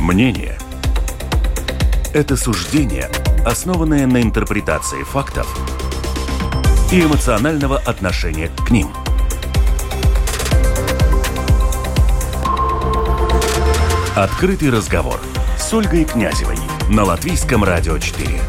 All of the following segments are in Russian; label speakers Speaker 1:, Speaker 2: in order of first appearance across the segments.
Speaker 1: Мнение – это суждение, основанное на интерпретации фактов и эмоционального отношения к ним. Открытый разговор с Ольгой Князевой на Латвийском радио 4.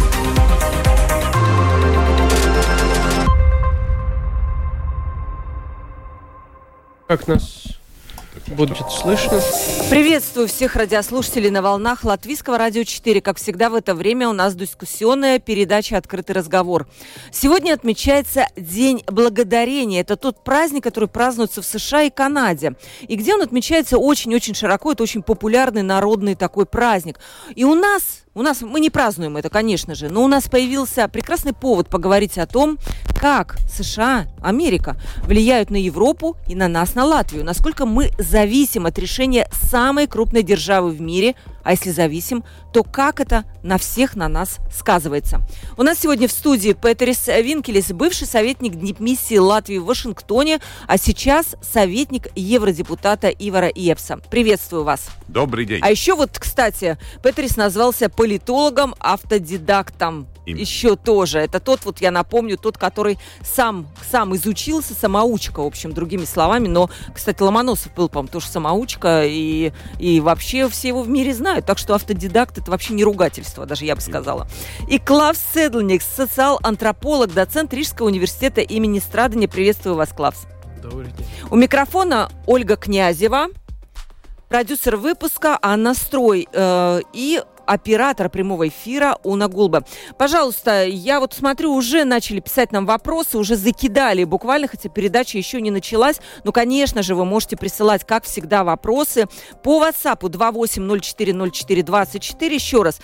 Speaker 2: Как нас будет слышно?
Speaker 3: Приветствую всех радиослушателей на волнах Латвийского радио 4. Как всегда, в это время у нас дискуссионная передача «Открытый разговор». Сегодня отмечается День Благодарения. Это тот праздник, который празднуется в США и Канаде. И где он отмечается очень-очень широко. Это очень популярный народный такой праздник. И у нас мы не празднуем это, конечно же, но у нас появился прекрасный повод поговорить о том, как США, Америка влияют на Европу и на нас, на Латвию. Насколько мы зависим от решения самой крупной державы в мире, а если зависим, то как это на всех на нас сказывается. У нас сегодня в студии Петерис Винкелис, бывший советник дипмиссии Латвии в Вашингтоне, а сейчас советник евродепутата Ивара Иепса. Приветствую вас.
Speaker 4: Добрый день.
Speaker 3: А еще кстати, Петерис назвался политологом, автодидактом. Еще тоже. Это тот, я напомню, тот, который сам изучился, самоучка, в общем, другими словами. Но, кстати, Ломоносов был, по-моему, тоже самоучка, и вообще все его в мире знают. Так что автодидакт — это вообще не ругательство, даже я бы сказала. И Клавс Седлникс, социал-антрополог, доцент Рижского университета имени Страдания. Приветствую вас, Клавс.
Speaker 2: Добрый день.
Speaker 3: У микрофона Ольга Князева, продюсер выпуска Анна Строй и оператор прямого эфира Уна Гулба. Пожалуйста, я смотрю, уже начали писать нам вопросы, уже закидали буквально, хотя передача еще не началась. Но, конечно же, вы можете присылать, как всегда, вопросы по WhatsApp 28040424. Еще раз,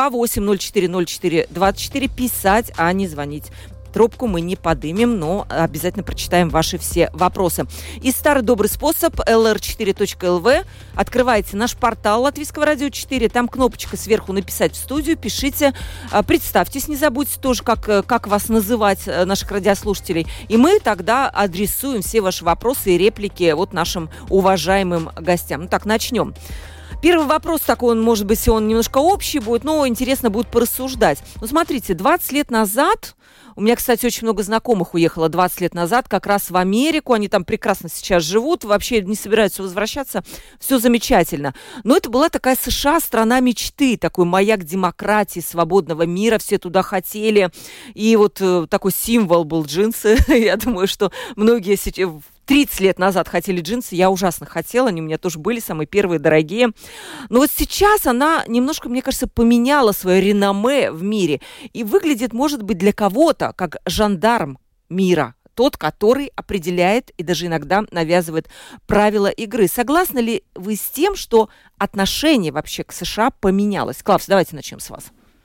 Speaker 3: 28040424. Писать, а не звонить. Трубку мы не подымем, но обязательно прочитаем ваши все вопросы. И старый добрый способ lr4.lv. Открывайте наш портал Латвийского радио 4. Там кнопочка сверху «Написать в студию». Пишите, представьтесь, не забудьте тоже, как вас называть, наших радиослушателей. И мы тогда адресуем все ваши вопросы и реплики нашим уважаемым гостям. Так, начнем. Первый вопрос такой, может быть, он немножко общий будет, но интересно будет порассуждать. Смотрите, 20 лет назад... У меня, кстати, очень много знакомых уехало 20 лет назад как раз в Америку. Они там прекрасно сейчас живут, вообще не собираются возвращаться. Все замечательно. Но это была такая США, страна мечты, такой маяк демократии, свободного мира. Все туда хотели. И такой символ был джинсы. Я думаю, что многие 30 лет назад хотели джинсы, я ужасно хотела, они у меня тоже были самые первые, дорогие. Но сейчас она немножко, мне кажется, поменяла свое реноме в мире и выглядит, может быть, для кого-то как жандарм мира, тот, который определяет и даже иногда навязывает правила игры. Согласны ли вы с тем, что отношение вообще к США поменялось? Клавс, давайте начнем с вас.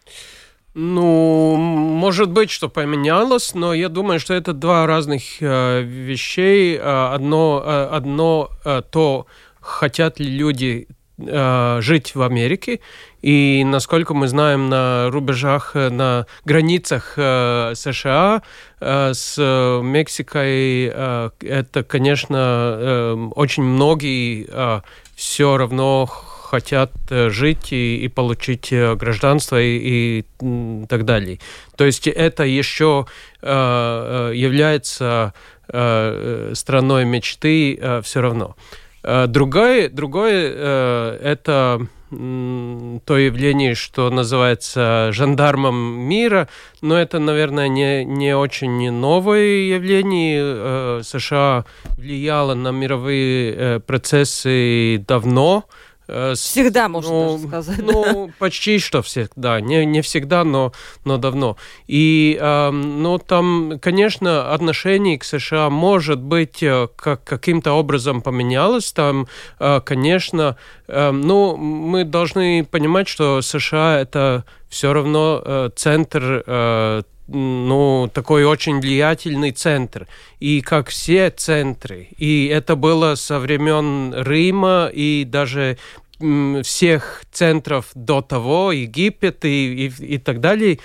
Speaker 2: Может быть, что поменялось, но я думаю, что это два разных вещей. Одно то, хотят ли люди жить в Америке, и, насколько мы знаем, на рубежах, на границах США с Мексикой, это, конечно, очень многие все равно хотят жить и получить гражданство и так далее. То есть это еще является страной мечты все равно. Другое это то явление, что называется жандармом мира, но это, наверное, не очень новое явление. США влияло на мировые процессы давно.
Speaker 3: Всегда, можно даже сказать.
Speaker 2: Почти что всегда. Не всегда, но давно. И там, конечно, отношение к США, может быть, каким-то образом поменялось. Там, конечно, мы должны понимать, что США — это все равно центр, такой очень влиятельный центр. И как все центры. И это было со времен Рима и даже всех центров до того, Египет и так далее.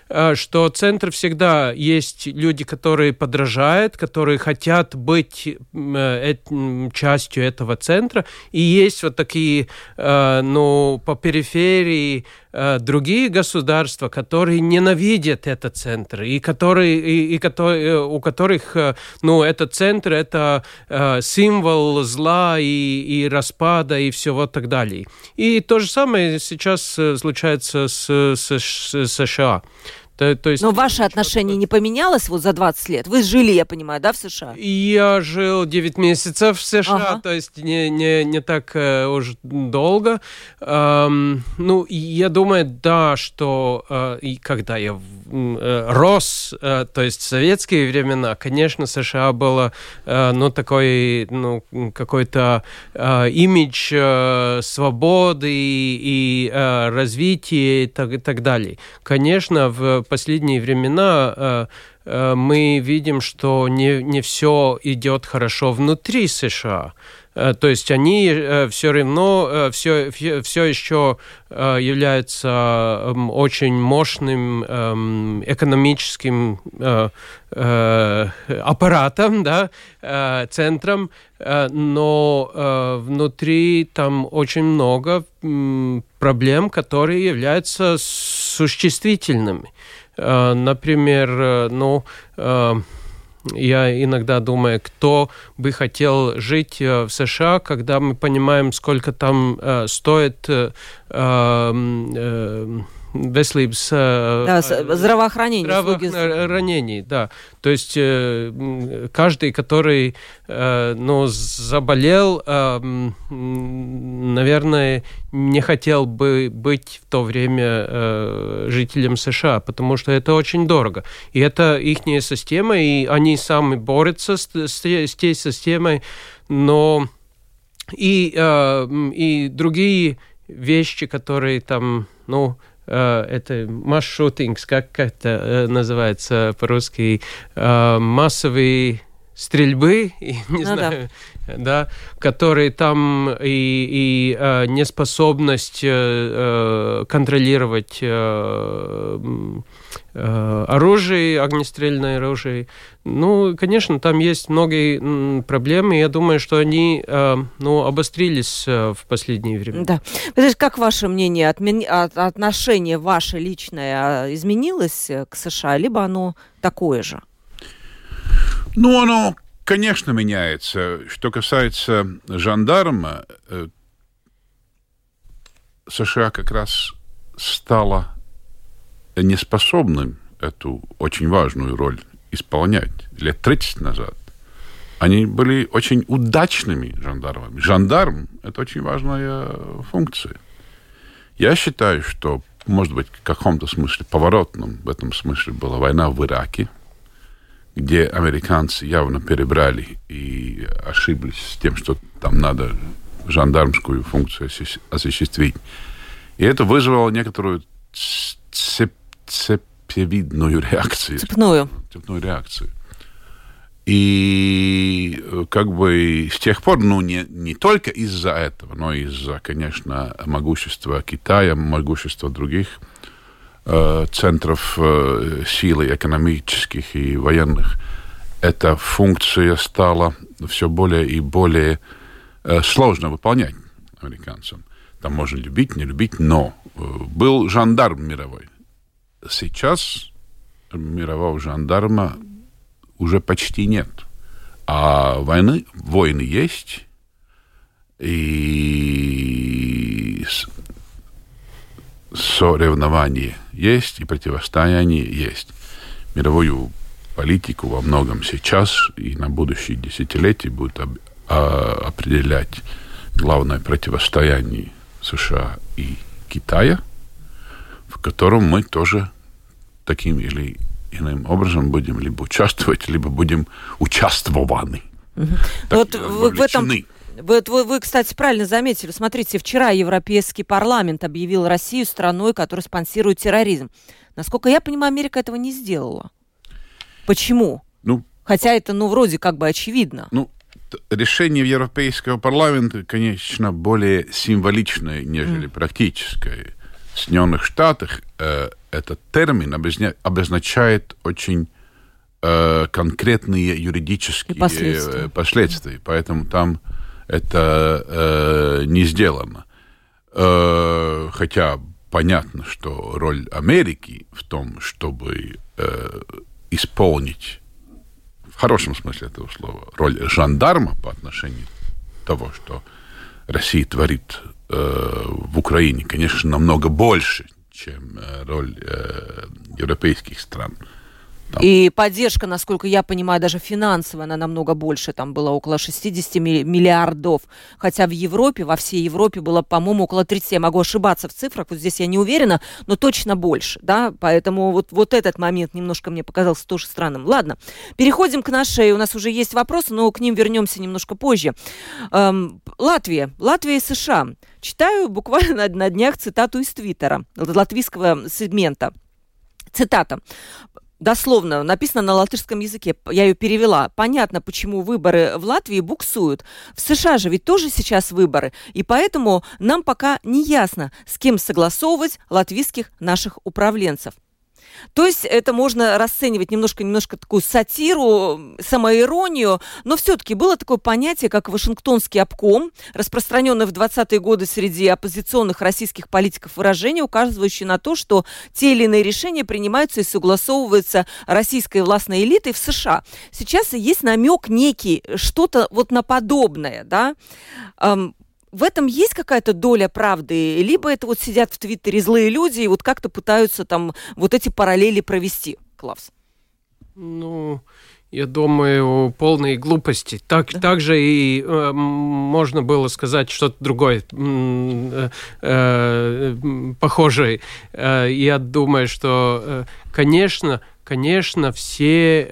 Speaker 2: что центр всегда есть люди, которые подражают, которые хотят быть частью этого центра, и есть вот такие, по периферии другие государства, которые ненавидят этот центр, у которых этот центр – это символ зла и распада и всего так далее. И то же самое сейчас случается с США.
Speaker 3: Но ваше отношение не поменялось вот за 20 лет? Вы жили, я понимаю, да, в США?
Speaker 2: Я жил 9 месяцев в США, то есть не так уж долго. Я думаю, да, что когда я рос, то есть в советские времена, конечно, США было такой, какой-то имидж свободы и развития и так далее. Конечно, в последние времена мы видим, что не все идет хорошо внутри США. То есть они все равно все еще являются очень мощным экономическим аппаратом, да, центром, но внутри там очень много проблем, которые являются существительными. Например, я иногда думаю, кто бы хотел жить в США, когда мы понимаем, сколько там стоит здравоохранение, да. То есть каждый, который заболел, наверное, не хотел бы быть в то время жителем США, потому что это очень дорого. И это их система, и они сами борются с той системой, но и другие вещи, которые там, это масс-шутинг, как это называется по-русски, массовые стрельбы, не знаю, да, которые там и неспособность контролировать оружие, огнестрельное оружие. Конечно, там есть многие проблемы, и я думаю, что они обострились в последнее время.
Speaker 3: Да. Как ваше мнение, отношение ваше личное изменилось к США, либо оно такое же?
Speaker 4: Оно, конечно, меняется. Что касается жандарма, США как раз стала неспособным эту очень важную роль исполнять. Лет 30 назад они были очень удачными жандармами. Жандарм – это очень важная функция. Я считаю, что, может быть, в каком-то смысле поворотным в этом смысле была война в Ираке, где американцы явно перебрали и ошиблись с тем, что там надо жандармскую функцию осуществить. И это вызвало некоторую цепевидную реакцию.
Speaker 3: Цепную
Speaker 4: реакцию. И с тех пор, не только из-за этого, но из-за, конечно, могущества Китая, могущества других центров силы экономических и военных, эта функция стала все более и более сложно выполнять американцам. Там можно любить, не любить, но был жандарм мировой. Сейчас мирового жандарма уже почти нет. А войны есть, и соревнования есть, и противостояние есть. Мировую политику во многом сейчас и на будущие десятилетия будет определять главное противостояние США и Китая, в котором мы тоже таким или иным образом будем либо участвовать, либо будем участвованы.
Speaker 3: Вы, кстати, правильно заметили. Смотрите, вчера Европейский парламент объявил Россию страной, которая спонсирует терроризм. Насколько я понимаю, Америка этого не сделала. Почему? Хотя это, вроде как бы очевидно.
Speaker 4: Решение Европейского парламента, конечно, более символичное, нежели практическое. Соединенных Штатах этот термин обозначает очень конкретные юридические последствия. Поэтому там это не сделано. Хотя понятно, что роль Америки в том, чтобы исполнить, в хорошем смысле этого слова, роль жандарма по отношению к тому, что Россия творит в Украине, конечно, намного больше, чем роль европейских стран. Там.
Speaker 3: И поддержка, насколько я понимаю, даже финансовая, она намного больше. Там было около 60 миллиардов. Хотя в Европе, во всей Европе было, по-моему, около 30. Я могу ошибаться в цифрах, вот здесь я не уверена, но точно больше. Да? Поэтому вот этот момент немножко мне показался тоже странным. Ладно, переходим к нашей. У нас уже есть вопросы, но к ним вернемся немножко позже. Латвия и США. Читаю буквально на днях цитату из Твиттера, латвийского сегмента. Цитата. Дословно, написано на латышском языке, я ее перевела. Понятно, почему выборы в Латвии буксуют. В США же ведь тоже сейчас выборы, и поэтому нам пока не ясно, с кем согласовывать латвийских наших управленцев. То есть это можно расценивать немножко такую сатиру, самоиронию, но все-таки было такое понятие, как Вашингтонский обком, распространенное в 20-е годы среди оппозиционных российских политиков выражение, указывающее на то, что те или иные решения принимаются и согласовываются российской властной элитой в США. Сейчас есть намек некий, что-то вот на подобное, да. В этом есть какая-то доля правды? Либо это вот сидят в Твиттере злые люди и вот как-то пытаются там вот эти параллели провести, Клавс?
Speaker 2: Ну, я думаю, полные глупости. Так же и можно было сказать что-то другое, похожее. Я думаю, что, конечно, все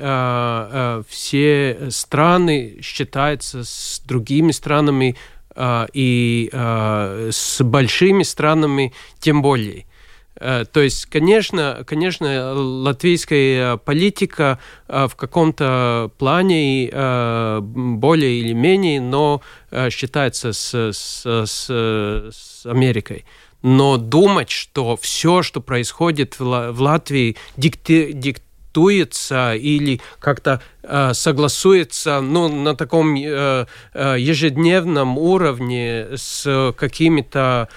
Speaker 2: страны считаются с другими странами и с большими странами тем более. То есть, конечно, латвийская политика в каком-то плане более или менее, но считается с Америкой. Но думать, что все, что происходит в Латвии, диктуется или как-то согласуется на таком ежедневном уровне с какими-то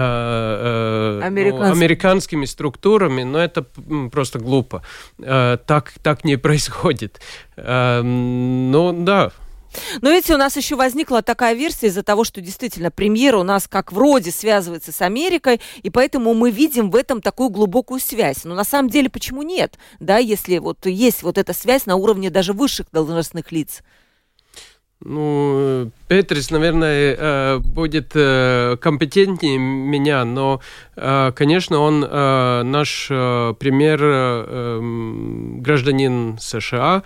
Speaker 2: американскими структурами, но это просто глупо. Так не происходит. Ну, да.
Speaker 3: Но видите, у нас еще возникла такая версия из-за того, что действительно премьер у нас как вроде связывается с Америкой, и поэтому мы видим в этом такую глубокую связь. Но на самом деле почему нет? Да, если вот есть вот эта связь на уровне даже высших должностных лиц.
Speaker 2: Ну, Петрис, наверное, будет компетентнее меня, но, конечно, он наш премьер, гражданин США,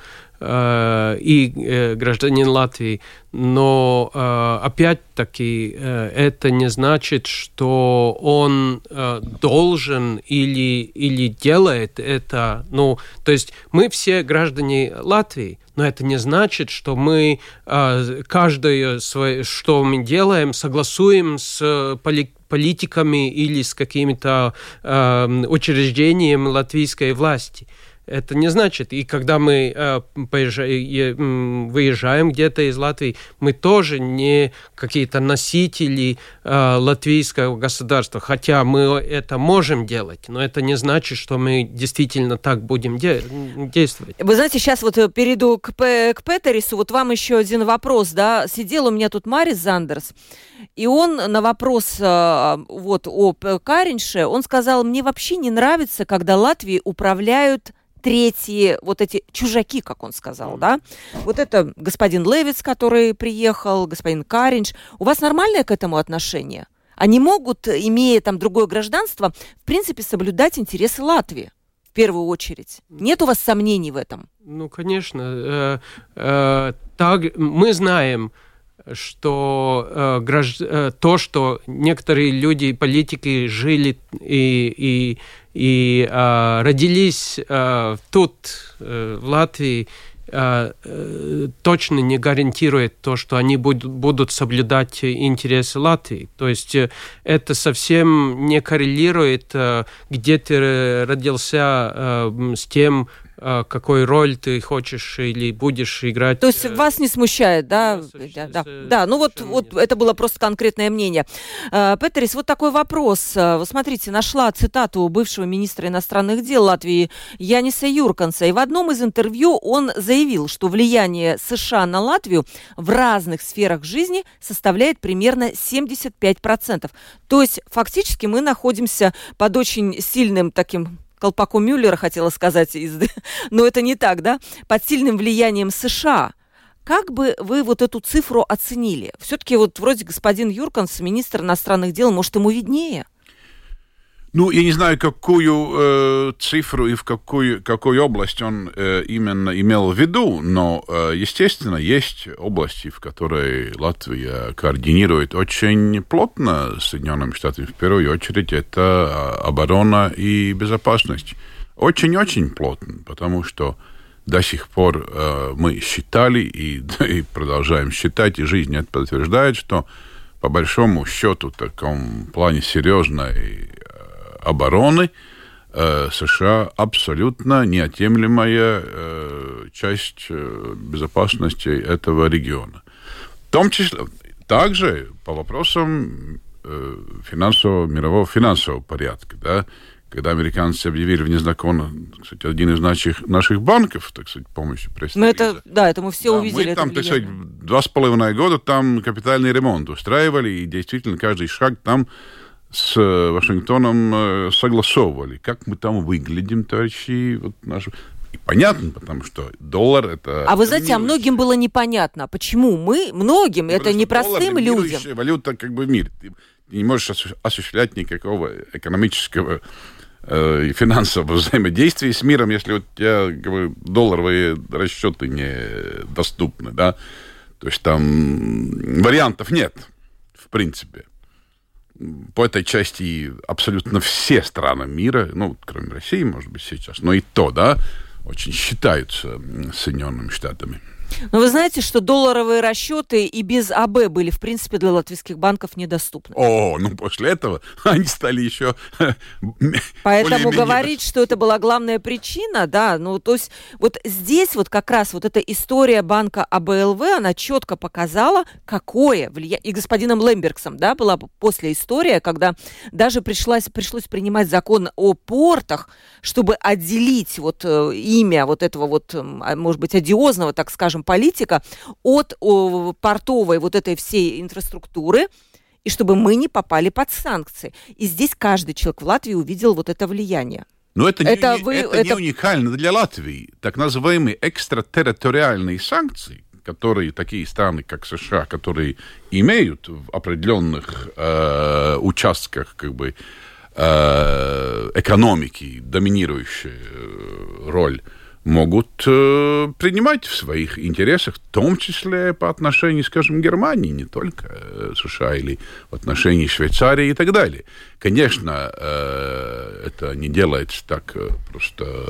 Speaker 2: и гражданин Латвии, но опять-таки это не значит, что он должен или делает это. Ну, то есть мы все граждане Латвии, но это не значит, что мы каждое, что мы делаем, согласуем с политиками или с какими-то учреждениями латвийской власти. Это не значит, и когда мы выезжаем где-то из Латвии, мы тоже не какие-то носители латвийского государства, хотя мы это можем делать, но это не значит, что мы действительно так будем действовать.
Speaker 3: Вы знаете, сейчас вот перейду к Петерису, вот вам еще один вопрос, да, сидел у меня тут Марис Зандерс, и он на вопрос вот о Каринше, он сказал, мне вообще не нравится, когда Латвией управляют третьи, вот эти чужаки, как он сказал, да? Вот это господин Левиц, который приехал, господин Каринш. У вас нормальное к этому отношение? Они могут, имея там другое гражданство, в принципе, соблюдать интересы Латвии в первую очередь. Нет у вас сомнений в этом? Ну,
Speaker 2: конечно. Так, мы знаем, что то, что некоторые люди, политики жили и родились тут, в Латвии, точно не гарантирует то, что они будут соблюдать интересы Латвии. То есть это совсем не коррелирует, где ты родился, с тем, какую роль ты хочешь или будешь играть.
Speaker 3: То есть вас не смущает, да? Да, ну вот это было просто конкретное мнение. Петерис, вот такой вопрос. Вы смотрите, нашла цитату бывшего министра иностранных дел Латвии Яниса Юрканса. И в одном из интервью он заявил, что влияние США на Латвию в разных сферах жизни составляет примерно 75%. То есть фактически мы находимся под очень сильным таким колпаком Мюллера, хотела сказать, но это не так, да? Под сильным влиянием США. Как бы вы вот эту цифру оценили? Все-таки вот вроде господин Юрканс, министр иностранных дел, может, ему виднее?
Speaker 4: Ну, я не знаю, какую цифру и в какую область он именно имел в виду, но, естественно, есть области, в которые Латвия координирует очень плотно с Соединенными Штатами. В первую очередь, это оборона и безопасность. Очень-очень плотно, потому что до сих пор мы считали и продолжаем считать, и жизнь это подтверждает, что по большому счету в таком плане серьезной обороны США абсолютно неотъемлемая часть безопасности этого региона. В том числе также по вопросам мирового финансового порядка, да, когда американцы объявили вне закона, кстати, один из наших банков, так сказать, помощью пресс-релиза.
Speaker 3: Это мы все увидели. Мы
Speaker 4: там, так сказать, 2,5 года там капитальный ремонт устраивали, и действительно каждый шаг там с Вашингтоном согласовывали. Как мы там выглядим, товарищи, вот наши... И понятно, потому что доллар это...
Speaker 3: А вы знаете, многим было непонятно, почему многим, это не простым людям.
Speaker 4: Валюта как бы в мире. Ты не можешь осуществлять никакого экономического и финансового взаимодействия с миром, если у тебя как бы долларовые расчеты недоступны, да. То есть там вариантов нет, в принципе. По этой части абсолютно все страны мира, ну, кроме России, может быть, сейчас, но и то, да, очень считаются Соединенными Штатами.
Speaker 3: Но вы знаете, что долларовые расчеты и без АБ были, в принципе, для латвийских банков недоступны.
Speaker 4: После этого они стали еще...
Speaker 3: Поэтому говорить, что это была главная причина, да, ну, то есть вот здесь вот как раз вот эта история банка АБЛВ, она четко показала, какое влияние... И господином Лембергсом, да, была после история, когда даже пришлось принимать закон о портах, чтобы отделить вот имя вот этого вот, может быть, одиозного, так скажем, политика от портовой вот этой всей инфраструктуры, и чтобы мы не попали под санкции. И здесь каждый человек в Латвии увидел вот это влияние.
Speaker 4: Но это не уникально для Латвии. Так называемые экстратерриториальные санкции, которые такие страны, как США, которые имеют в определенных участках как бы, экономики доминирующую роль, могут принимать в своих интересах, в том числе по отношению, скажем, Германии, не только США, или в отношении Швейцарии и так далее. Конечно, это не делается так просто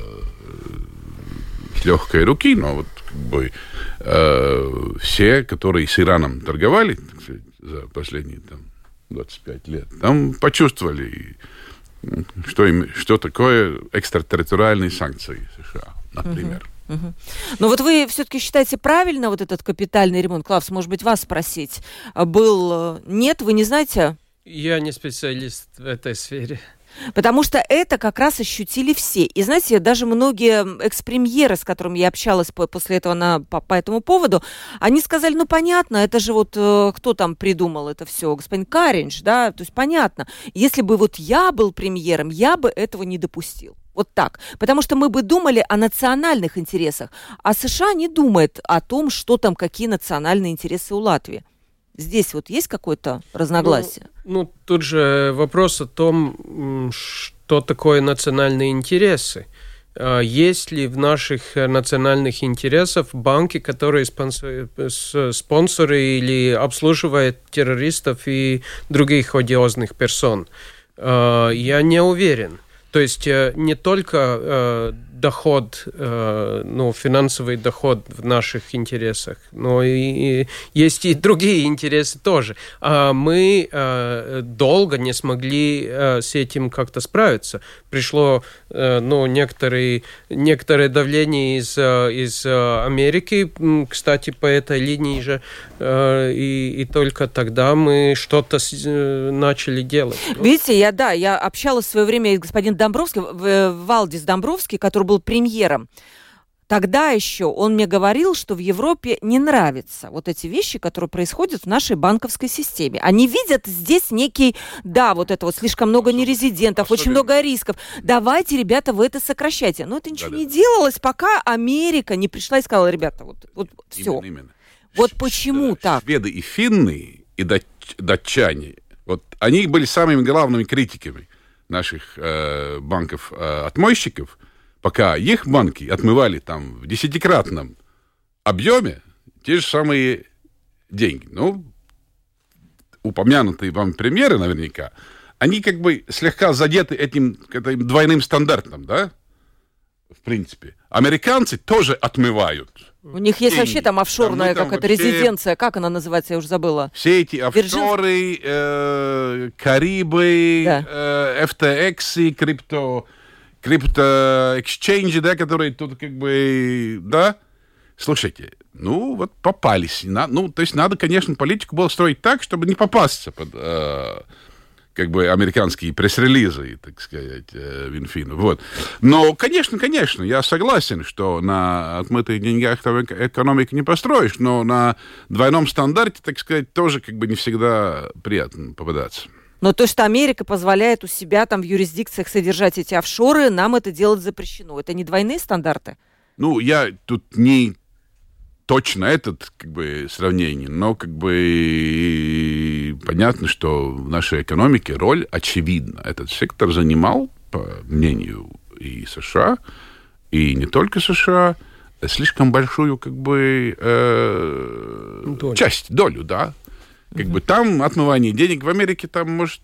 Speaker 4: с легкой руки, но вот как бы все, которые с Ираном торговали, так сказать, за последние 25 лет, там почувствовали, что такое экстратерриториальные санкции США. Например.
Speaker 3: Но вот вы все-таки считаете правильно вот этот капитальный ремонт? Клавс, может быть, вас спросить. Был... Нет, вы не знаете?
Speaker 2: Я не специалист в этой сфере.
Speaker 3: Потому что это как раз ощутили все. И знаете, даже многие экс-премьеры, с которыми я общалась после этого по этому поводу, они сказали, ну понятно, это же вот кто там придумал это все, господин Каринч, да, то есть понятно. Если бы вот я был премьером, я бы этого не допустил. Вот так. Потому что мы бы думали о национальных интересах, а США не думает о том, что там, какие национальные интересы у Латвии. Здесь вот есть какое-то разногласие?
Speaker 2: Ну, тут же вопрос о том, что такое национальные интересы. Есть ли в наших национальных интересах банки, которые спонсоры или обслуживают террористов и других одиозных персон? Я не уверен. То есть не только доход, финансовый доход в наших интересах, но и есть и другие интересы тоже. А мы долго не смогли с этим как-то справиться. Пришло некоторое давление из Америки, кстати, по этой линии же, и только тогда мы что-то начали делать.
Speaker 3: Видите, я общалась в свое время с господином Домбровским, Валдис Домбровский, который был премьером. Тогда еще он мне говорил, что в Европе не нравятся вот эти вещи, которые происходят в нашей банковской системе. Они видят здесь некий, слишком много нерезидентов, очень много рисков. Давайте, ребята, вы это сокращайте. Но это ничего не делалось, пока Америка не пришла и сказала, ребята, вот все.
Speaker 4: Именно.
Speaker 3: Вот почему так?
Speaker 4: Шведы и финны, и датчане, вот они были самыми главными критиками наших банков-отмойщиков, пока их банки отмывали там в 10-кратном объеме те же самые деньги. Упомянутые вам примеры наверняка, они как бы слегка задеты этим двойным стандартом, да? В принципе. Американцы тоже отмывают.
Speaker 3: У них есть вообще там офшорная какая-то резиденция. Как она называется, я уже забыла.
Speaker 4: Все эти офшоры, Карибы, FTX, крипто-эксченджи, да, которые тут как бы, да. Слушайте, попались. То есть надо, конечно, политику было строить так, чтобы не попасться под американские пресс-релизы, так сказать, Минфина. Вот. Но, конечно, я согласен, что на отмытых деньгах экономику не построишь, но на двойном стандарте, так сказать, тоже не всегда приятно попадаться.
Speaker 3: Но то, что Америка позволяет у себя там в юрисдикциях содержать эти офшоры, нам это делать запрещено. Это не двойные стандарты?
Speaker 4: Я тут не точно этот сравнение, но понятно, что в нашей экономике роль очевидна. Этот сектор занимал, по мнению и США, и не только США, слишком большую долю, да. Там отмывание денег в Америке, там, может,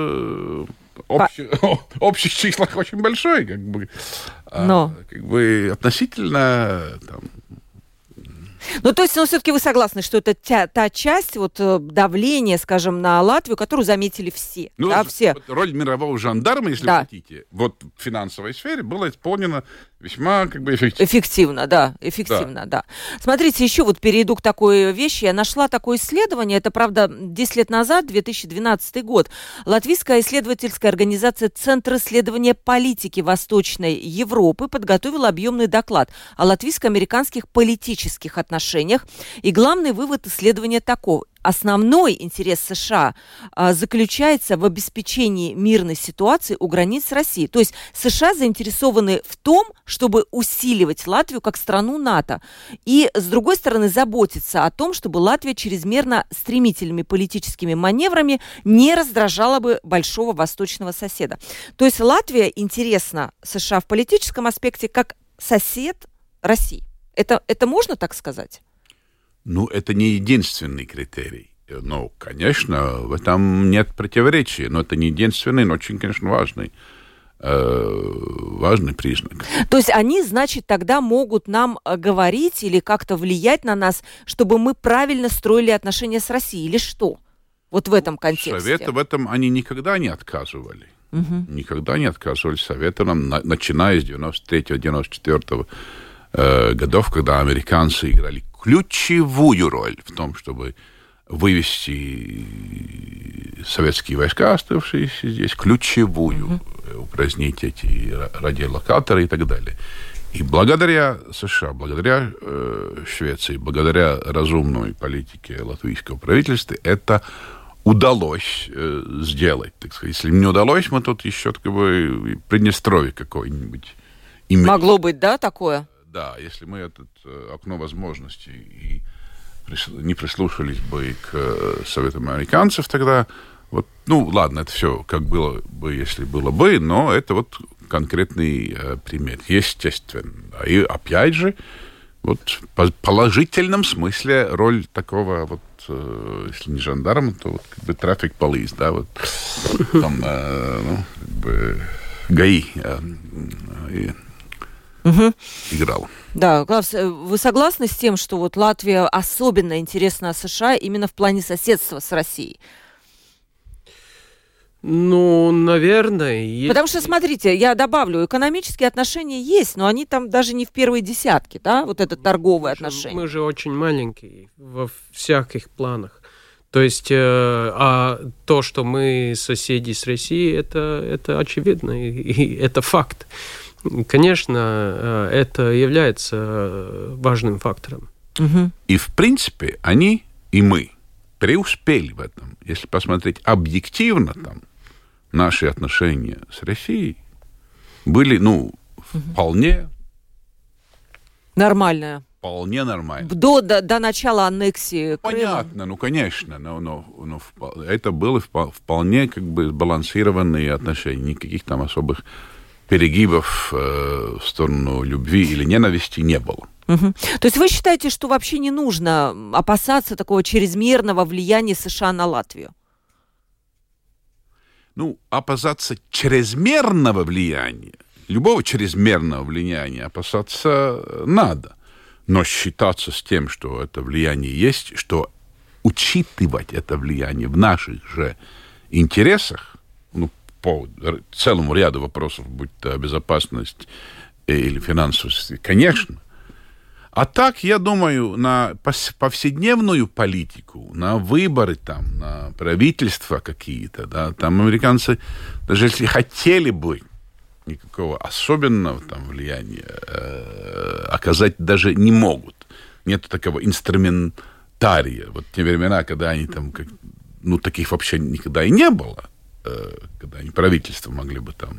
Speaker 4: общих числах очень большой,
Speaker 3: но
Speaker 4: относительно там.
Speaker 3: То есть, все-таки вы согласны, что это та часть давления, скажем, на Латвию, которую заметили все. Все.
Speaker 4: Роль мирового жандарма, если хотите, в финансовой сфере была исполнена весьма эффективно.
Speaker 3: Эффективно, да. Смотрите, еще перейду к такой вещи. Я нашла такое исследование, это, правда, 10 лет назад, 2012 год. Латвийская исследовательская организация «Центр исследования политики Восточной Европы» подготовила объемный доклад о латвийско-американских политических отношениях. И главный вывод исследования таков. Основной интерес США заключается в обеспечении мирной ситуации у границ России. То есть США заинтересованы в том, чтобы усиливать Латвию как страну НАТО. И, с другой стороны, заботиться о том, чтобы Латвия чрезмерно стремительными политическими маневрами не раздражала бы большого восточного соседа. То есть Латвия интересна США в политическом аспекте как сосед России. Это можно так сказать?
Speaker 4: Это не единственный критерий. Конечно, в этом нет противоречия, но это не единственный, но очень, конечно, важный признак.
Speaker 3: То есть они, значит, тогда могут нам говорить или как-то влиять на нас, чтобы мы правильно строили отношения с Россией, или что? В этом контексте.
Speaker 4: Советы в этом они никогда не отказывали. Никогда не отказывали советам, начиная с 93-94 годов, когда американцы играли ключевую роль в том, чтобы вывести советские войска, оставшиеся здесь, ключевую, упразднить эти радиолокаторы и так далее. И благодаря США, благодаря Швеции, благодаря разумной политике латвийского правительства это удалось сделать. Так сказать. Если не удалось, мы тут еще Приднестровье какое-нибудь имеем.
Speaker 3: Могло быть, да, такое?
Speaker 4: Да, если мы это окно возможностей не прислушались бы к советам американцев, тогда ладно, это все как было бы, если было бы, но это конкретный пример, естественно. И опять же, в положительном смысле роль такого если не жандарма, то traffic police, да, там, ГАИ. играла.
Speaker 3: Да, Клавс, вы согласны с тем, что вот Латвия особенно интересна США именно в плане соседства с Россией?
Speaker 2: Ну, наверное.
Speaker 3: Потому что, смотрите, я добавлю, экономические отношения есть, но они там даже не в первой десятке, да, вот это торговые отношения.
Speaker 2: Мы же очень маленькие во всяких планах. То есть, а то, что мы соседи с Россией, это очевидно, и это факт. Конечно, это является важным фактором.
Speaker 4: И, в принципе, они и мы преуспели в этом. Если посмотреть объективно, там, наши отношения с Россией были, вполне...
Speaker 3: Нормальная.
Speaker 4: Вполне нормально.
Speaker 3: До начала аннексии Крыма.
Speaker 4: Понятно, конечно, но это были вполне как бы сбалансированные отношения. Никаких там особых перегибов в сторону любви или ненависти не было.
Speaker 3: То есть вы считаете, что вообще не нужно опасаться такого чрезмерного влияния США на Латвию?
Speaker 4: Опасаться чрезмерного влияния, любого чрезмерного влияния опасаться надо. Но считаться с тем, что это влияние есть, что учитывать это влияние в наших же интересах, по целому ряду вопросов, будь то безопасность или финансовость, конечно. А так, я думаю, на повседневную политику, на выборы, там, на правительства какие-то, да, там американцы, даже если хотели бы никакого особенного там влияния оказать, даже не могут. Нет такого инструментария. Вот те времена, когда они там, таких вообще никогда и не было, когда они правительство могли бы там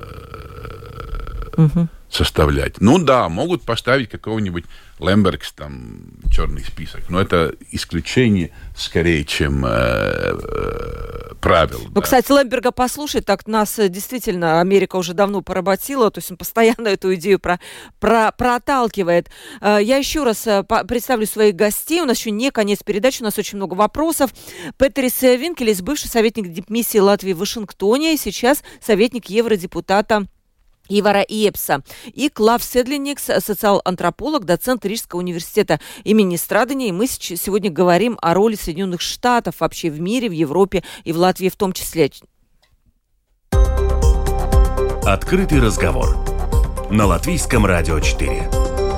Speaker 4: составлять. Могут поставить какого-нибудь Лембергс, там, черный список. Но это исключение скорее, чем правило.
Speaker 3: Кстати, Лемберга послушать, так нас действительно Америка уже давно поработила, то есть он постоянно эту идею проталкивает. Я еще раз представлю своих гостей. У нас еще не конец передачи, у нас очень много вопросов. Петерис Винкелис, бывший советник дипмиссии Латвии в Вашингтоне, сейчас советник евродепутата Ивара Иепса. И Клавс Седлиникс, социал-антрополог, доцент Рижского университета имени Страдания. И мы сегодня говорим о роли Соединенных Штатов вообще в мире, в Европе и в Латвии в том числе.
Speaker 1: Открытый разговор на Латвийском радио 4.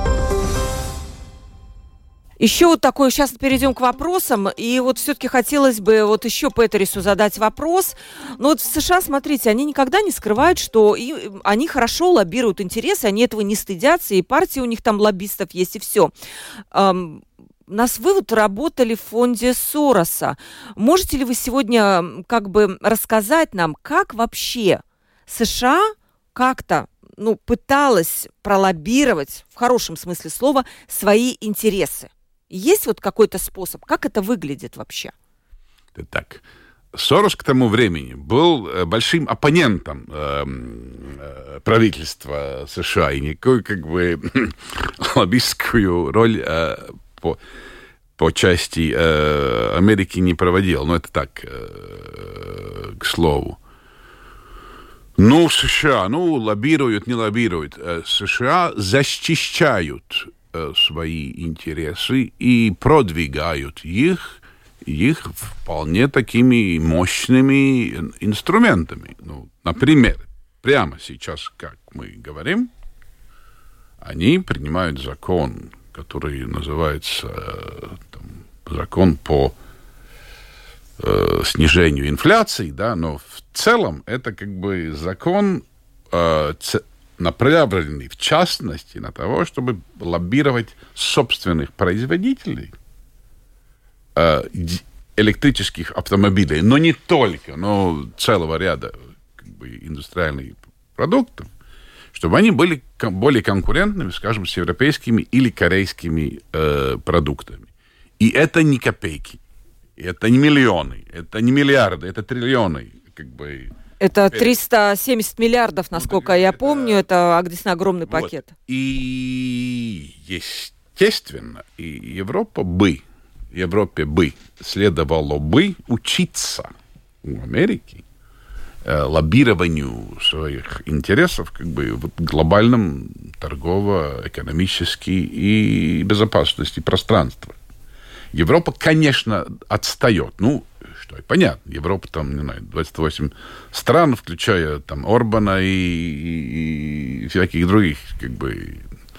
Speaker 3: Еще вот такой, сейчас перейдем к вопросам, и вот все-таки хотелось бы вот еще Петерису задать вопрос. Вот в США, смотрите, они никогда не скрывают, что они хорошо лоббируют интересы, они этого не стыдятся, и партии у них там лоббистов есть, и все. Вы вот работали в фонде Сороса. Можете ли вы сегодня как бы рассказать нам, как вообще США как-то пыталась пролоббировать, в хорошем смысле слова, свои интересы? Есть вот какой-то способ? Как это выглядит вообще?
Speaker 4: Так, Сорос к тому времени был большим оппонентом правительства США и никакой как бы лоббистскую роль по части Америки не проводил. Но это так, к слову. США, лоббируют, не лоббируют. США защищают свои интересы и продвигают их вполне такими мощными инструментами. Например, прямо сейчас, как мы говорим, они принимают закон, который называется закон по снижению инфляции, да, но в целом это как бы закон направленный в частности на того, чтобы лоббировать собственных производителей электрических автомобилей, но не только, но целого ряда как бы индустриальных продуктов, чтобы они были более конкурентными, скажем, с европейскими или корейскими продуктами. И это не копейки, это не миллионы, это не миллиарды, это триллионы, как бы.
Speaker 3: Это 370 миллиардов, насколько я помню, это действительно огромный пакет.
Speaker 4: И, естественно, и Европе бы следовало бы учиться у Америки лоббированию своих интересов как бы в глобальном торгово-экономическом и безопасности пространства. Европа, конечно, отстает. Ну, что и понятно. Европа там, не знаю, 28 стран, включая там Орбана и всяких других как бы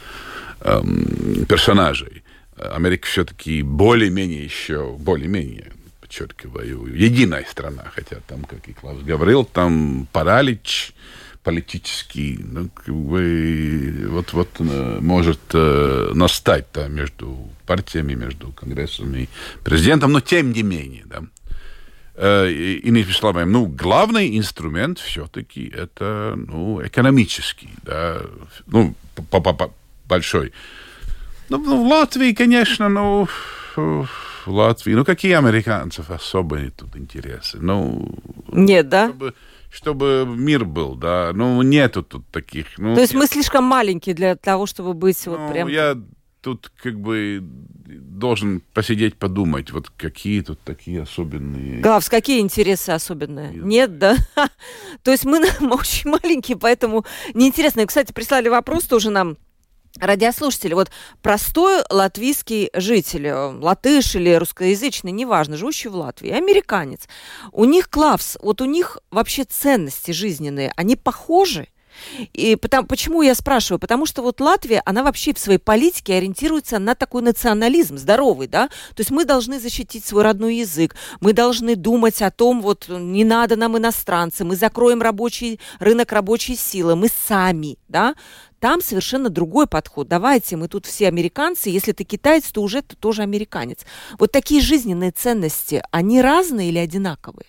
Speaker 4: персонажей. Америка все-таки более-менее, подчеркиваю, единая страна, хотя там, как и Клаус говорил, там паралич политический, ну, как бы, вот может настать там между партиями, между Конгрессом и президентом, но тем не менее, да. Иными словами, ну, главный инструмент все-таки это, ну, экономический, да, ну, большой. Ну, в Латвии, конечно, в Латвии, ну, какие американцев особые тут интересы? Ну,
Speaker 3: нет, да?
Speaker 4: Чтобы мир был, да, ну, нету тут таких. Ну,
Speaker 3: то есть мы слишком маленькие для того, чтобы быть
Speaker 4: ну,
Speaker 3: вот прям...
Speaker 4: я тут как бы должен посидеть, подумать, вот какие тут такие особенные...
Speaker 3: Главс, какие интересы особенные? Нет, да? То есть мы очень маленькие, поэтому неинтересно. И, кстати, прислали вопрос тоже нам радиослушатели. Вот простой латвийский житель, латыш или русскоязычный, неважно, живущий в Латвии, американец, у них, Клавс, вот у них вообще ценности жизненные, они похожи? И почему я спрашиваю? Потому что вот Латвия, она вообще в своей политике ориентируется на такой национализм здоровый, да? То есть мы должны защитить свой родной язык, мы должны думать о том, вот не надо нам иностранцы, мы закроем рынок рабочей силы, мы сами, да? Там совершенно другой подход. Давайте, мы тут все американцы, если ты китаец, то уже ты тоже американец. Вот такие жизненные ценности, они разные или одинаковые?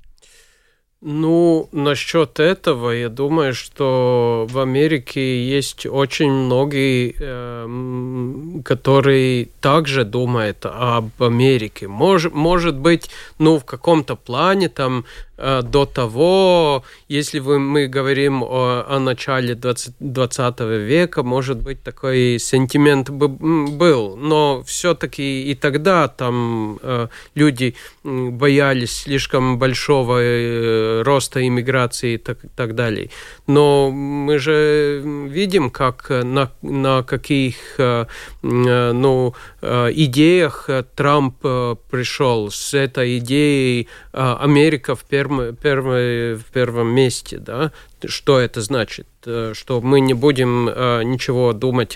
Speaker 2: Ну, насчет этого, я думаю, что в Америке есть очень многие, которые также думают об Америке. Может быть, ну, в каком-то плане там до того, если мы говорим о начале 20 века, может быть, такой сентимент был. Но все-таки и тогда там люди боялись слишком большого роста иммиграции и так далее. Но мы же видим, как на каких идеях Трамп пришел с этой идеей Америка в первом месте, да? Что это значит? Что мы не будем ничего думать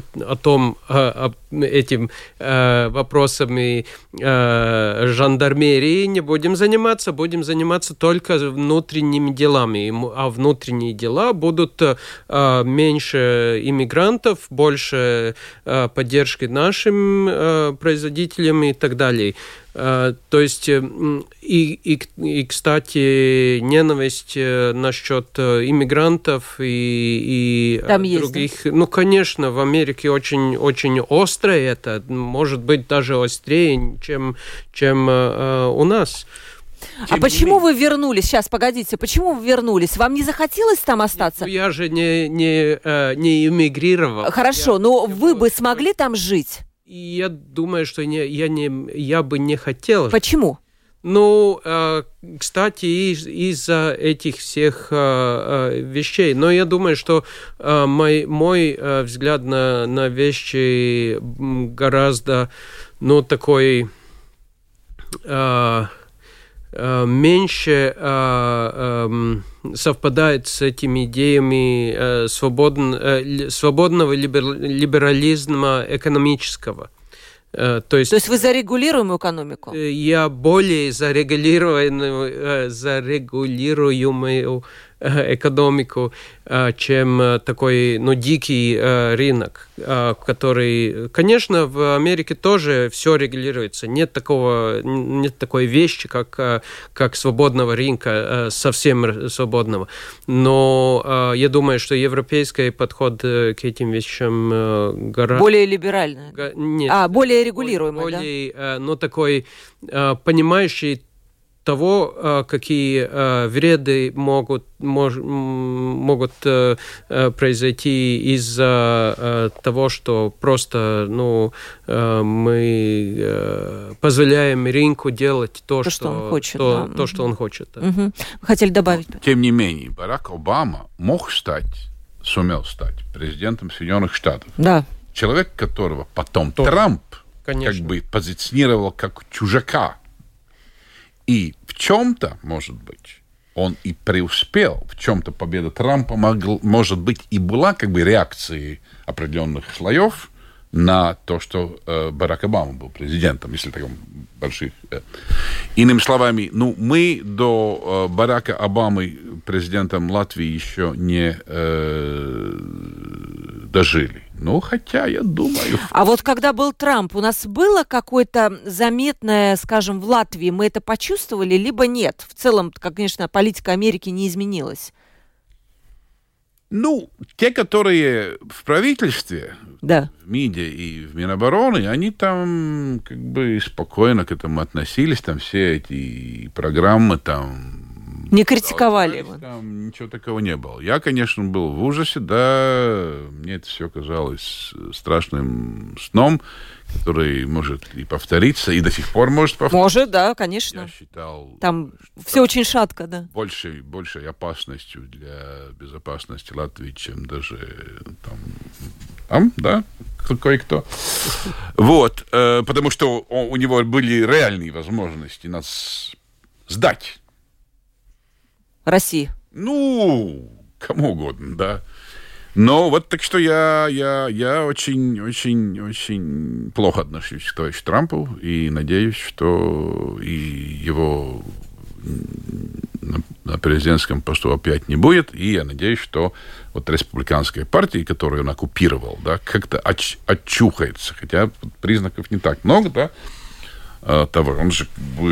Speaker 2: этим вопросами жандармерии, не будем заниматься только внутренними делами. А внутренние дела будут меньше иммигрантов, больше поддержки нашим производителям и так далее. То есть, и кстати, ненависть насчет иммигрантов и других. Да? Ну, конечно, в Америке очень, очень острое это, может быть, даже острее, чем у нас.
Speaker 3: А почему вы вернулись? Сейчас, погодите, почему вы вернулись? Вам не захотелось там остаться?
Speaker 2: Ну, я же не эмигрировал.
Speaker 3: Хорошо, но вы бы смогли там жить?
Speaker 2: Я думаю, что я бы не хотел.
Speaker 3: Почему?
Speaker 2: Ну, кстати, из-за этих всех вещей. Но я думаю, что мой взгляд на вещи гораздо, ну, такой меньше совпадает с этими идеями свободного либерализма экономического. То есть
Speaker 3: вы за регулируемую экономику?
Speaker 2: Я более за регулируемую экономику, чем такой, ну, дикий рынок, который, конечно, в Америке тоже все регулируется. Нет такой вещи, как свободного рынка, совсем свободного. Но я думаю, что европейский подход к этим вещам гораздо...
Speaker 3: Более либеральный?
Speaker 2: Нет.
Speaker 3: Более регулируемый,
Speaker 2: да? Ну, такой понимающий того, какие вреды могут произойти из-за того, что просто мы позволяем рынку делать то, что он хочет. Что он хочет. Да.
Speaker 3: Вы хотели добавить?
Speaker 4: Тем не менее, Барак Обама сумел стать президентом Соединенных Штатов.
Speaker 3: Да.
Speaker 4: Человек, которого потом Трамп позиционировал как чужака. И в чем-то, может быть, он и преуспел, в чем-то победа Трампа, может быть, и была реакцией определенных слоев на то, что Барак Обама был президентом, если так больших. Иными словами, мы до Барака Обамы президентом Латвии еще не дожили. Хотя, я думаю...
Speaker 3: А вот когда был Трамп, у нас было какое-то заметное, скажем, в Латвии, мы это почувствовали, либо нет? В целом, конечно, политика Америки не изменилась.
Speaker 4: Те, которые в правительстве,
Speaker 3: да,
Speaker 4: в МИДе и в Минобороны, они там спокойно к этому относились, там все эти программы там...
Speaker 3: Не критиковали его.
Speaker 4: Там ничего такого не было. Я, конечно, был в ужасе, да, мне это все казалось страшным сном, который может и повториться, и до сих пор может повториться.
Speaker 3: Может, да, конечно.
Speaker 4: Я считал...
Speaker 3: Там все очень шатко, да.
Speaker 4: Большей опасностью для безопасности Латвии, чем даже там, да, кое-кто. Вот, потому что у него были реальные возможности нас сдать.
Speaker 3: России.
Speaker 4: Кому угодно, да. Но так что я очень плохо отношусь к товарищу Трампу и надеюсь, что и его на президентском посту опять не будет. И я надеюсь, что республиканская партия, которую он оккупировал, да, как-то очухается. Хотя признаков не так много, да, того. Он же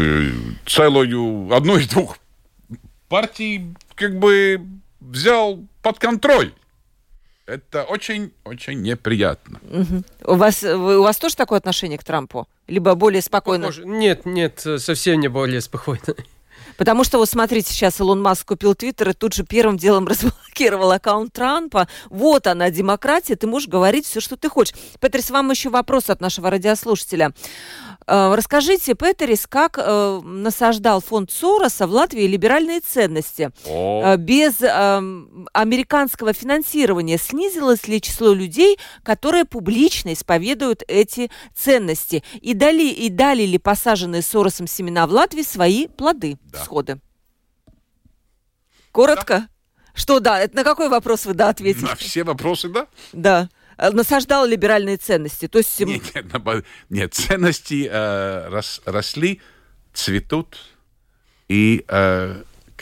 Speaker 4: одну из двух партий взял под контроль. Это очень-очень неприятно.
Speaker 3: Угу. У вас тоже такое отношение к Трампу? Либо более спокойно?
Speaker 2: Нет, совсем не более спокойно.
Speaker 3: Потому что, смотрите, сейчас Илон Маск купил Твиттер и тут же первым делом разблокировал аккаунт Трампа. Вот она, демократия, ты можешь говорить все, что ты хочешь. Петрис, вам еще вопрос от нашего радиослушателя. Расскажите, Петрис, как насаждал фонд Сороса в Латвии либеральные ценности? Без американского финансирования снизилось ли число людей, которые публично исповедуют эти ценности? И дали ли посаженные Соросом семена в Латвии свои плоды, всходы? Коротко? Да. Что да? Это на какой вопрос вы да ответите?
Speaker 4: На все вопросы да.
Speaker 3: Да. Насаждал либеральные ценности. То есть...
Speaker 4: Нет, ценности росли, цветут и То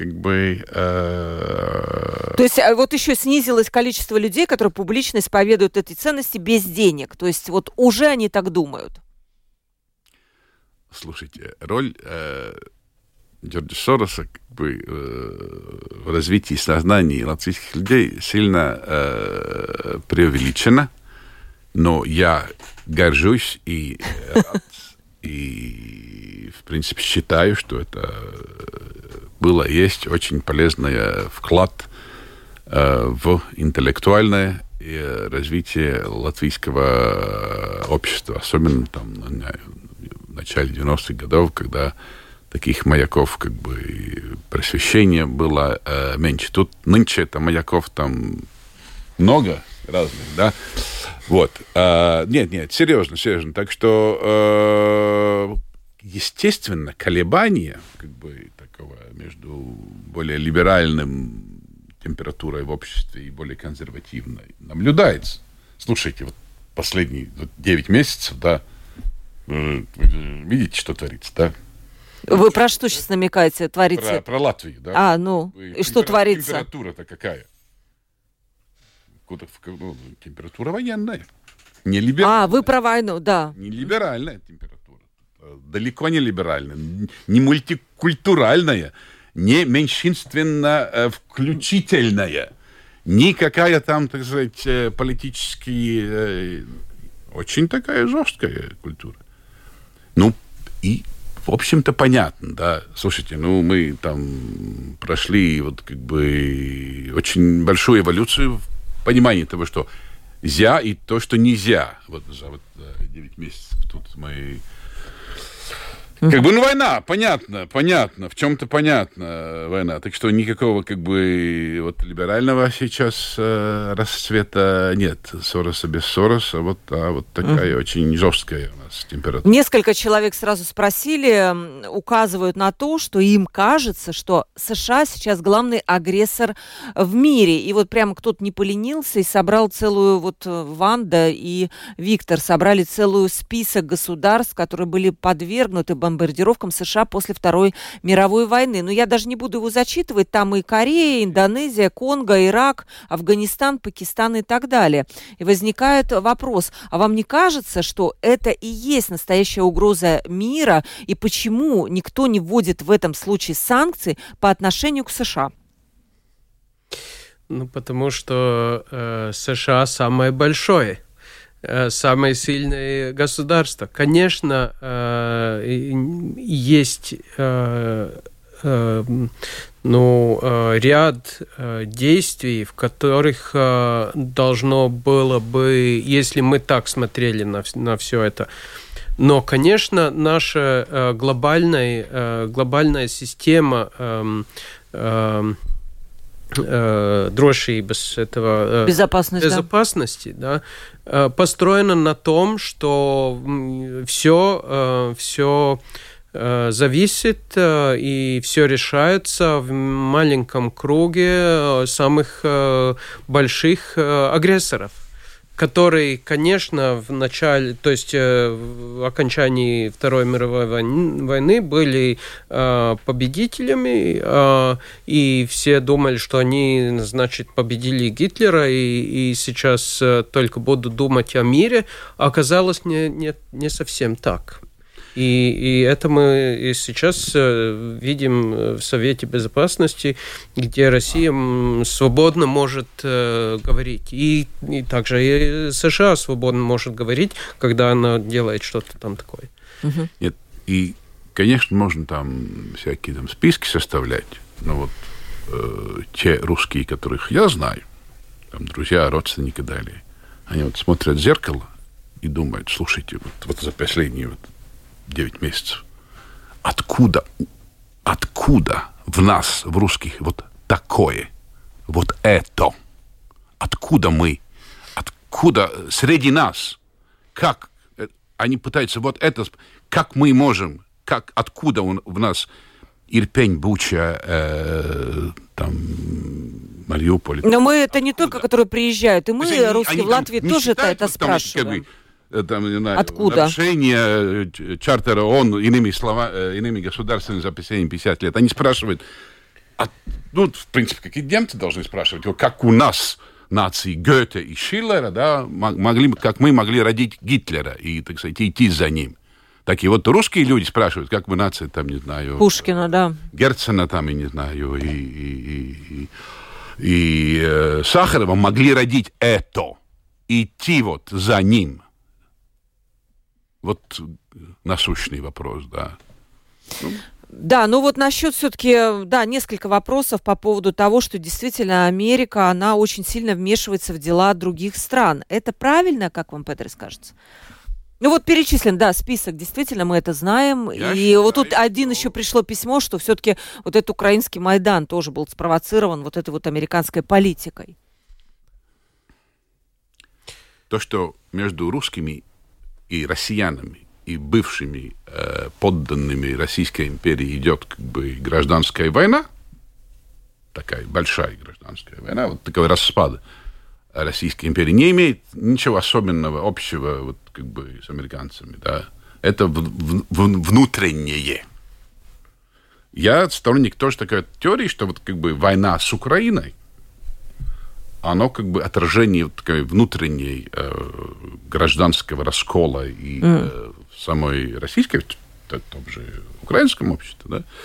Speaker 3: есть вот еще снизилось количество людей, которые публично исповедуют эти ценности без денег. То есть вот уже они так думают.
Speaker 4: Слушайте, роль Джорджа Сороса в развитии сознания латвийских людей сильно преувеличена, но я горжусь и в принципе считаю, что это есть очень полезный вклад в интеллектуальное развитие латвийского общества, особенно в начале 90-х годов, когда таких маяков просвещения было меньше. Тут нынче маяков там много разных, да. Вот. Нет, серьезно. Так что, естественно, колебания такого между более либеральным температурой в обществе и более консервативной наблюдается. Слушайте, последние 9 месяцев, да, вы видите, что творится, да?
Speaker 3: Вы про что сейчас намекаете? Творится?
Speaker 4: Про Латвию, да.
Speaker 3: И что творится?
Speaker 4: Температура-то какая? Температура военная. Не либеральная.
Speaker 3: Вы про войну, да.
Speaker 4: Не либеральная температура. Далеко не либеральная. Не мультикультуральная. Не меньшинственно-включительная. Никакая там, так сказать, политически очень такая жесткая культура. И в общем-то, понятно, да. Слушайте, мы там прошли очень большую эволюцию в понимании того, что «зя» и то, что «нельзя». Вот за 9 месяцев тут мы... война, понятно, в чем-то понятна война. Так что никакого, либерального сейчас расцвета нет. Сороса без Сороса, вот такая очень жесткая у нас температура.
Speaker 3: Несколько человек сразу спросили, указывают на то, что им кажется, что США сейчас главный агрессор в мире. И вот прямо кто-то не поленился и собрал Ванда и Виктор собрали целый список государств, которые были подвергнуты бомбардировкам США после Второй мировой войны. Но я даже не буду его зачитывать. Там и Корея, Индонезия, Конго, Ирак, Афганистан, Пакистан и так далее. И возникает вопрос, а вам не кажется, что это и есть настоящая угроза мира, и почему никто не вводит в этом случае санкции по отношению к США?
Speaker 2: Потому что США самое большое. Самое сильное государство. Конечно, есть ряд действий, в которых должно было бы, если мы так смотрели на все это. Но, конечно, наша глобальная система безопасности, да, построена на том, что все зависит и все решается в маленьком круге самых больших агрессоров, которые, конечно, в начале, то есть в окончании Второй мировой войны были победителями, и все думали, что они, победили Гитлера, и сейчас только будут думать о мире. Оказалось, не совсем так. И это мы и сейчас видим в Совете Безопасности, где Россия свободно может говорить. И также и США свободно может говорить, когда она делает что-то там такое.
Speaker 4: Нет, и, конечно, можно там всякие списки составлять, но те русские, которых я знаю, там друзья, родственники и далее, они смотрят в зеркало и думают, слушайте, за последние 9 месяцев. Откуда в нас, в русских, такое, это? Откуда среди нас? Как они пытаются это, как мы можем, откуда в нас Ирпень, Буча, Мариуполь?
Speaker 3: Но мы это не только, которые приезжают, и мы, русские, в Латвии тоже это спрашиваем. Откуда?
Speaker 4: Нарушение чартера ООН иными государствами за последние 50 лет. Они спрашивают, в принципе, как и немцы должны спрашивать, как у нас нации Гёте и Шиллера, да, как мы могли родить Гитлера и, так сказать, идти за ним. Так и русские люди спрашивают, как мы нации,
Speaker 3: Пушкина, да.
Speaker 4: Герцена, и Сахарова могли родить это, идти за ним. Насущный вопрос, да.
Speaker 3: Да, насчет все-таки, несколько вопросов по поводу того, что действительно Америка, она очень сильно вмешивается в дела других стран. Это правильно, как вам, Петрис, кажется? Перечислен, список, действительно, мы это знаем. Тут еще пришло письмо, что все-таки этот украинский Майдан тоже был спровоцирован этой американской политикой.
Speaker 4: То, что между русскими и россиянами, и бывшими подданными Российской империи идет гражданская война, такая большая гражданская война, такой распад Российской империи, не имеет ничего особенного общего с американцами. Да? Это внутреннее. Я сторонник тоже такой теории, что война с Украиной, оно отражение такой внутренней гражданского раскола и в самой российской, в том же украинском обществе, да.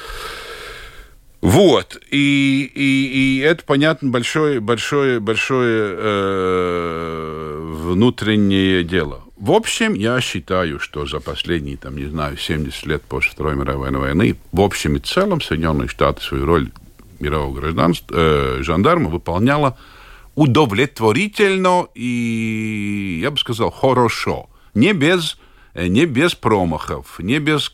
Speaker 4: И это, понятно, большое внутреннее дело. В общем, я считаю, что за последние, 70 лет после Второй мировой войны, в общем и целом Соединенные Штаты свою роль мирового жандарма выполняла удовлетворительно и, я бы сказал, хорошо. Не без промахов, не без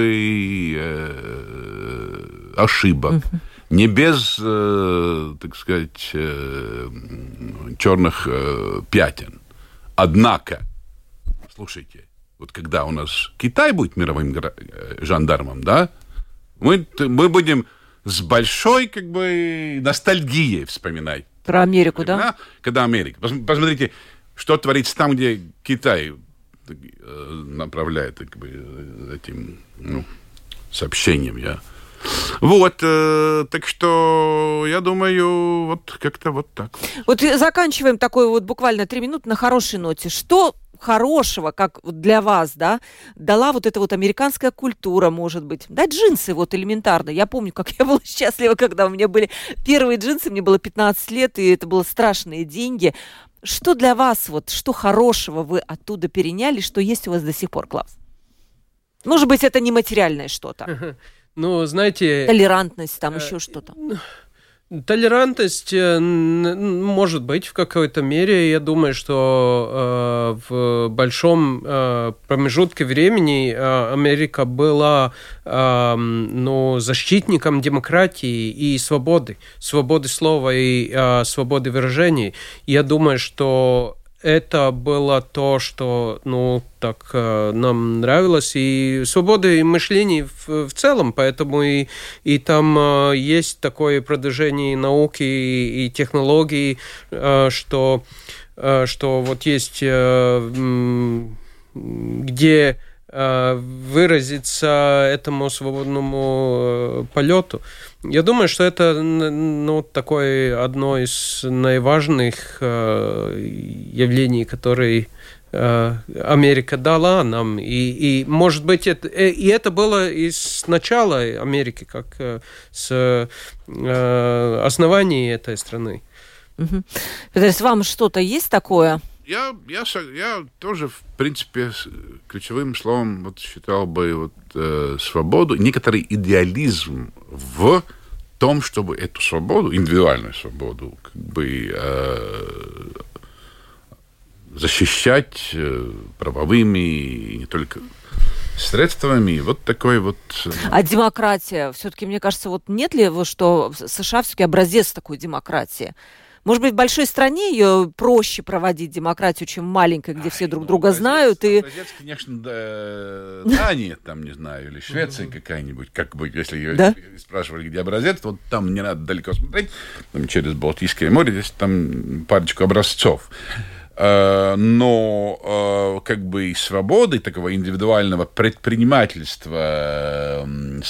Speaker 4: ошибок, не без, так сказать, черных пятен. Однако, слушайте, вот когда у нас Китай будет мировым жандармом, да, мы будем с большой ностальгией вспоминать.
Speaker 3: Про Америку, да?
Speaker 4: Когда Америка. Посмотрите, что творится там, где Китай направляет этим сообщением. Вот, так что я думаю, вот как-то вот так.
Speaker 3: Вот заканчиваем такой вот буквально 3 минуты на хорошей ноте. Что хорошего, как для вас, да, дала вот эта вот американская культура, может быть? Да, джинсы вот элементарно. Я помню, как я была счастлива, когда у меня были первые джинсы, мне было 15 лет, и это было страшные деньги. Что для вас, вот, что хорошего вы оттуда переняли, что есть у вас до сих пор, Клаус? Может быть, это не материальное что-то.
Speaker 2: Ну, знаете...
Speaker 3: Толерантность, там еще что-то.
Speaker 2: Толерантность может быть в какой-то мере. Я думаю, что в большом промежутке времени Америка была защитником демократии и свободы слова и свободы выражений. Я думаю, что это было то, что так нам нравилось, и свобода мышления в целом, поэтому и там есть такое продвижение науки и технологий, что вот есть где выразиться этому свободному полету. Я думаю, что это такое одно из наиважных явлений, которые Америка дала нам. И может быть, это было и с начала Америки, как с основания этой страны.
Speaker 3: То есть вам что-то есть такое?
Speaker 4: Я тоже, в принципе, ключевым словом считал бы свободу, некоторый идеализм в том, чтобы эту свободу, индивидуальную свободу, защищать правовыми и не только средствами. Вот такой вот...
Speaker 3: А демократия? Все-таки, мне кажется, нет ли, что США все-таки образец такой демократии? Может быть, в большой стране ее проще проводить демократию, чем в маленькой, где все друг друга знают.
Speaker 4: Образец, конечно, Дания, не знаю, или Швеция какая-нибудь, если спрашивали, где образец, вот там не надо далеко смотреть, через Балтийское море, здесь там парочку образцов. Но свободы такого индивидуального предпринимательства,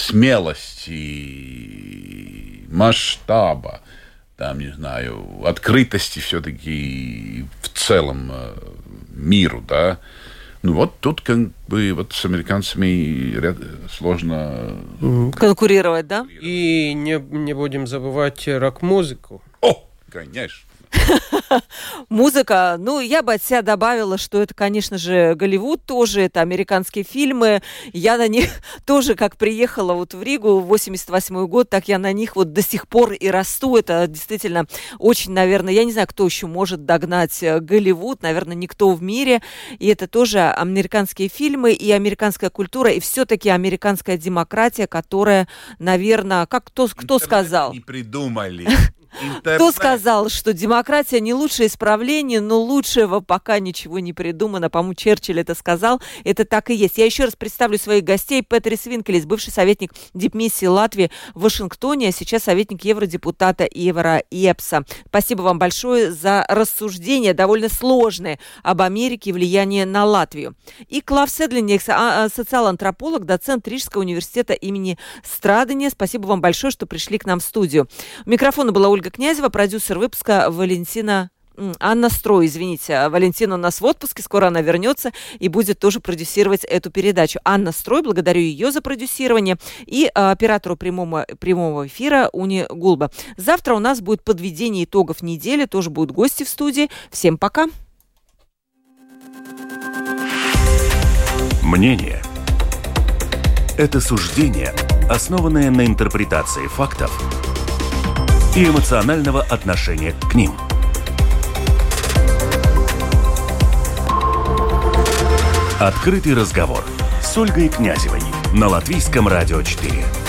Speaker 4: смелости, масштаба, открытости все-таки в целом миру, да. Тут с американцами сложно
Speaker 3: конкурировать, да?
Speaker 2: И не будем забывать рок-музыку.
Speaker 4: О, конечно.
Speaker 3: Музыка, я бы от себя добавила, что это, конечно же, Голливуд тоже, это американские фильмы. Я на них тоже, как приехала в Ригу в 88 год, так я на них до сих пор и расту. Это действительно очень, наверное, я не знаю, кто еще может догнать Голливуд, наверное, никто в мире. И это тоже американские фильмы и американская культура, и все-таки американская демократия, которая, наверное, кто сказал?
Speaker 4: Не придумали.
Speaker 3: Кто сказал, что демократия не лучшее исправление, но лучшего пока ничего не придумано. По-моему, Черчилль это сказал. Это так и есть. Я еще раз представлю своих гостей. Петрис Винкелис, бывший советник дипмиссии Латвии в Вашингтоне, а сейчас советник евродепутата Ивара Епса. Спасибо вам большое за рассуждение, довольно сложное, об Америке и влиянии на Латвию. И Клав Седлинек, социал-антрополог, доцент Рижского университета имени Страдания. Спасибо вам большое, что пришли к нам в студию. У микрофона была Ольга Князева, продюсер выпуска Анна Строй, извините. Валентина у нас в отпуске, скоро она вернется и будет тоже продюсировать эту передачу. Анна Строй, благодарю ее за продюсирование, и оператору прямого эфира Уни Гулба. Завтра у нас будет подведение итогов недели, тоже будут гости в студии. Всем пока!
Speaker 1: Мнение – это суждение, основанное на интерпретации фактов и эмоционального отношения к ним. Открытый разговор с Ольгой Князевой на Латвийском радио 4.